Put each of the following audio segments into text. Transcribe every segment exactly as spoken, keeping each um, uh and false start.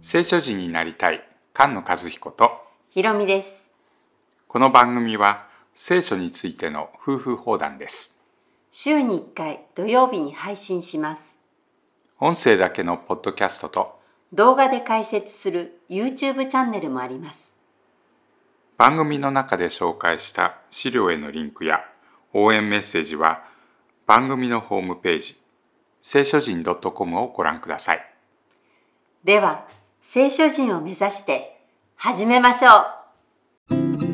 聖書人になりたい菅野和彦とひろみです。 この番組は聖書についての夫婦放談です。 週にいっかい土曜日に配信します。 音声だけのポッドキャストと動画で解説する YouTube チャンネルもあります。 番組の中で紹介した資料へのリンクや応援メッセージは番組のホームページ聖書人 .com をご覧ください。 では聖書人を目指して始めましょう。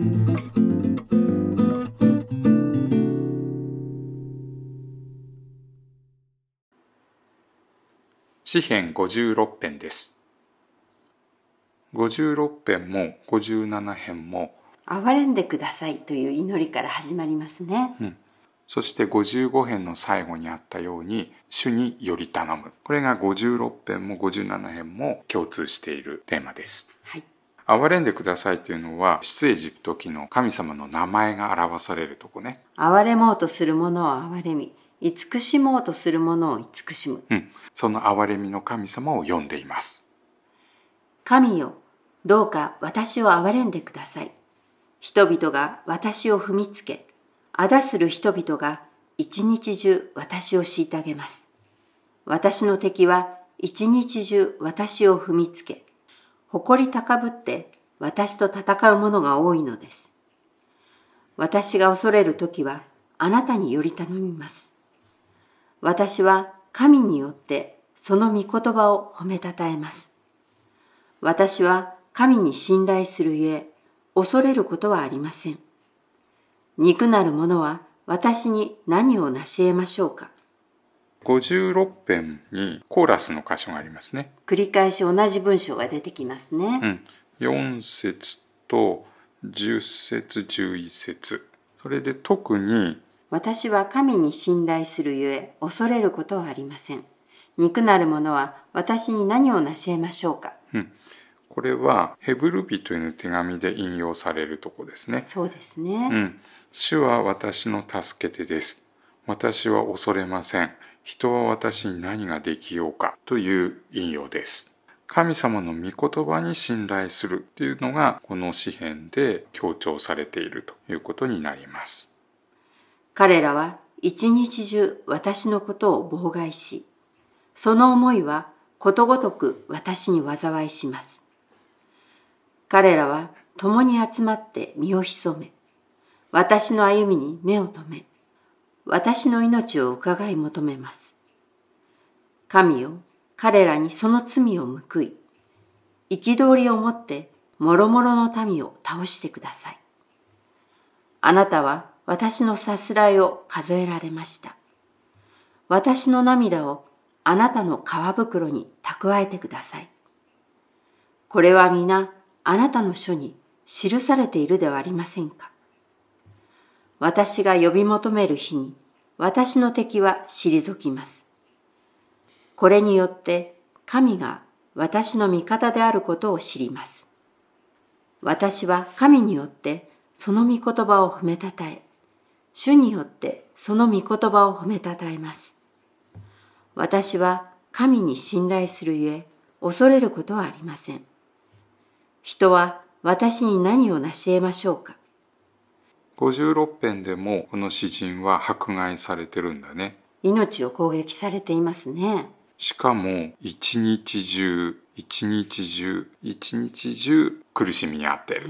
詩編ごじゅうろく編です。ごじゅうろく編もごじゅうなな編も憐れんでくださいという祈りから始まりますね、 うん、そしてごじゅうご編の最後にあったように主により頼む。これがごじゅうろく編もごじゅうなな編も共通しているテーマです。 はい、 憐れんでくださいというのは出エジプト記の神様の名前が表されるとこね。 憐れもうとする者を憐れみ、慈しもうとする者を慈しむ、 うん、その憐れみの神様を呼んでいます。 神よ、どうか私を憐れんでください。人々が私を踏みつけ、あだする人々が一日中私を虐げます。私の敵は一日中私を踏みつけ、誇り高ぶって私と戦う者が多いのです。私が恐れるときはあなたにより頼みます。私は神によってその御言葉を褒めたたえます。私は神に信頼するゆえ、恐れることはありません。肉なる者は私に何を成し得ましょうか。 ごじゅうろく編にコーラスの箇所がありますね。 繰り返し同じ文章が出てきますね。 うん、よん節とじゅっ節じゅういち節。それで特に私は神に信頼するゆえ恐れることはありません。肉なる者は私に何を成し得ましょうか。 うん、これはヘブル人への手紙で引用されるとこですね。 そうですね、 うん、主は私の助け手です。私は恐れません。人は私に何ができようかという引用です。神様の御言葉に信頼するというのがこの詩編で強調されているということになります。 彼らは一日中私のことを妨害し、その思いはことごとく私に災いします。彼らは共に集まって身を潜め、私の歩みに目を留め、私の命を伺い求めます。神よ、彼らにその罪を報い、憤りをもって諸々の民を倒してください。あなたは私のさすらいを数えられました。私の涙をあなたの皮袋に蓄えてください。これは皆あなたの書に記されているではありませんか。私が呼び求める日に私の敵は退きます。これによって神が私の味方であることを知ります。私は神によってその御言葉を褒めたたえ、主によってその御言葉を褒めたたえます。私は神に信頼するゆえ、恐れることはありません。人は私に何を成し得ましょうか。 ごじゅうろく編でもこの詩人は迫害されてるんだね。 命を攻撃されていますね。 しかも一日中一日中一日中苦しみにあっている、うん、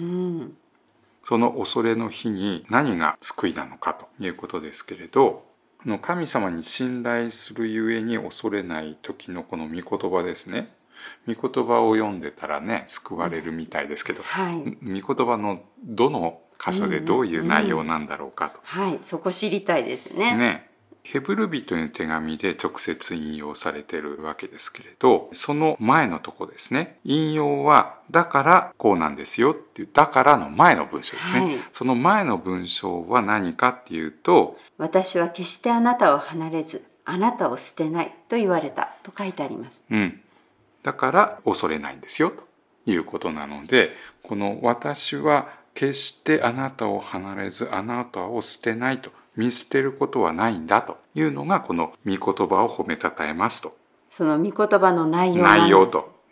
その恐れの日に何が救いなのかということですけれど、この神様に信頼するゆえに恐れない時のこの御言葉ですね。御言葉を読んでたらね救われるみたいですけど、はい、御言葉のどの箇所でどういう内容なんだろうかと、 うんうん、はい、そこ知りたいですね。 ね、ヘブル人への手紙で直接引用されているわけですけれど、その前のとこですね。引用はだからこうなんですよっていうだからの前の文章ですね、はい、その前の文章は何かっていうと、 私は決してあなたを離れずあなたを捨てないと言われたと書いてあります。 うん。だから恐れないんですよということなので、この私は決してあなたを離れずあなたを捨てないと、見捨てることはないんだというのがこの御言葉を褒めたたえますと。 その御言葉の内容内容と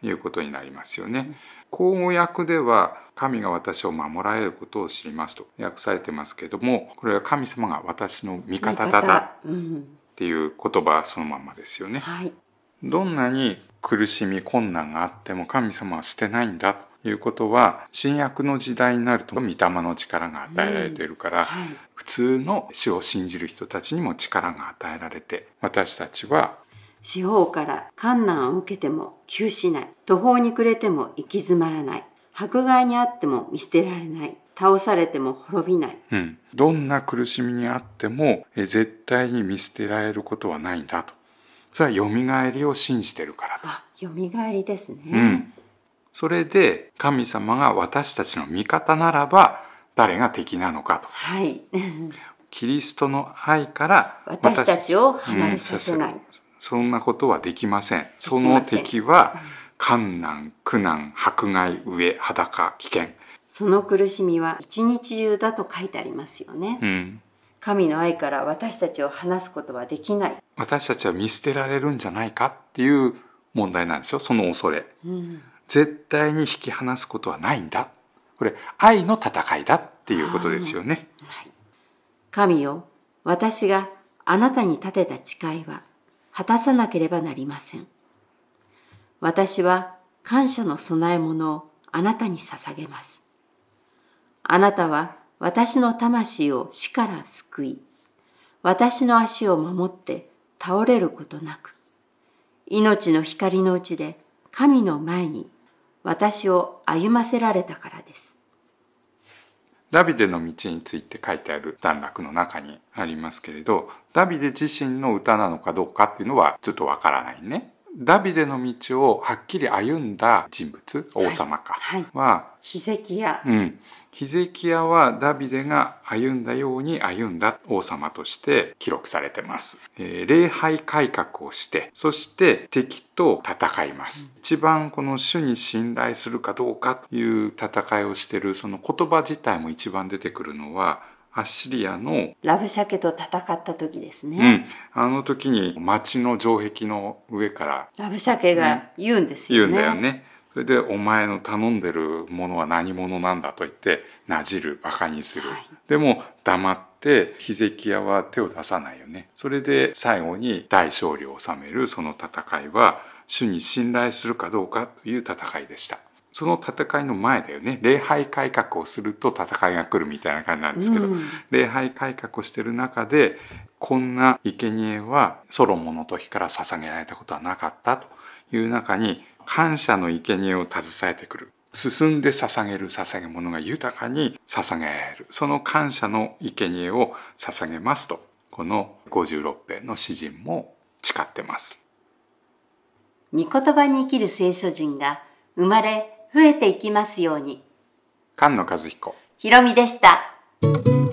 いうことになりますよね。口語訳では神が私を守られることを知りますと訳されてますけれども、これは神様が私の味方だだっていう言葉そのままですよね。 はい、 どんなに苦しみ困難があっても神様は捨てないんだということは、新約の時代になると御霊の力が与えられているから、うんはい、普通の主を信じる人たちにも力が与えられて、私たちは四方から困難を受けても窮しない、途方に暮れても行き詰まらない、迫害にあっても見捨てられない、倒されても滅びない、 うん、どんな苦しみにあってもえ絶対に見捨てられることはないんだと。それはよみがえりを信じてるからと。 あ、よみがえりですね、 うん、それで神様が私たちの味方ならば誰が敵なのかと、 はい、 キリストの愛から私たちを離れさせない、うん、 そんなことはできません。その敵は困難、苦難、迫害、飢え、裸、危険。 その苦しみは一日中だと書いてありますよね、うん、神の愛から私たちを離すことはできない。 私たちは見捨てられるんじゃないかっていう問題なんですよ、その恐れ、うん、絶対に引き離すことはないんだ。これ愛の戦いだっていうことですよね、はい、 神よ、私があなたに立てた誓いは果たさなければなりません。私は感謝の供え物をあなたに捧げます。あなたは私の魂を死から救い、私の足を守って倒れることなく、命の光のうちで神の前に私を歩ませられたからです。 ダビデの道について書いてある段落の中にありますけれど、ダビデ自身の歌なのかどうかっていうのはちょっとわからないね。ダビデの道をはっきり歩んだ人物、王様か、はいはい、はヒゼキヤ、 うん、ヒゼキヤはダビデが歩んだように歩んだ王様として記録されてます、えー、礼拝改革をして、そして敵と戦います、うん、一番この主に信頼するかどうかという戦いをしている、その言葉自体も一番出てくるのはアッシリアのラブシャケと戦った時ですね、 うん、あの時に町の城壁の上からラブシャケが言うんですよね、 言うんだよね。それでお前の頼んでるものは何者なんだと言ってなじる、バカにする、はい、でも黙ってヒゼキヤは手を出さないよね。それで最後に大勝利を収めるその戦いは主に信頼するかどうかという戦いでした。その戦いの前だよね。礼拝改革をすると戦いが来るみたいな感じなんですけど、うん、礼拝改革をしている中でこんな生贄はソロモンの時から捧げられたことはなかったという中に、感謝の生贄を携えてくる、進んで捧げる捧げ物が豊かに捧げられる、その感謝の生贄を捧げますと、このごじゅうろっぺんの詩人も誓ってます。 御言葉に生きる聖書人が生まれ増えていきますように。 菅野和彦、 ひろみでした。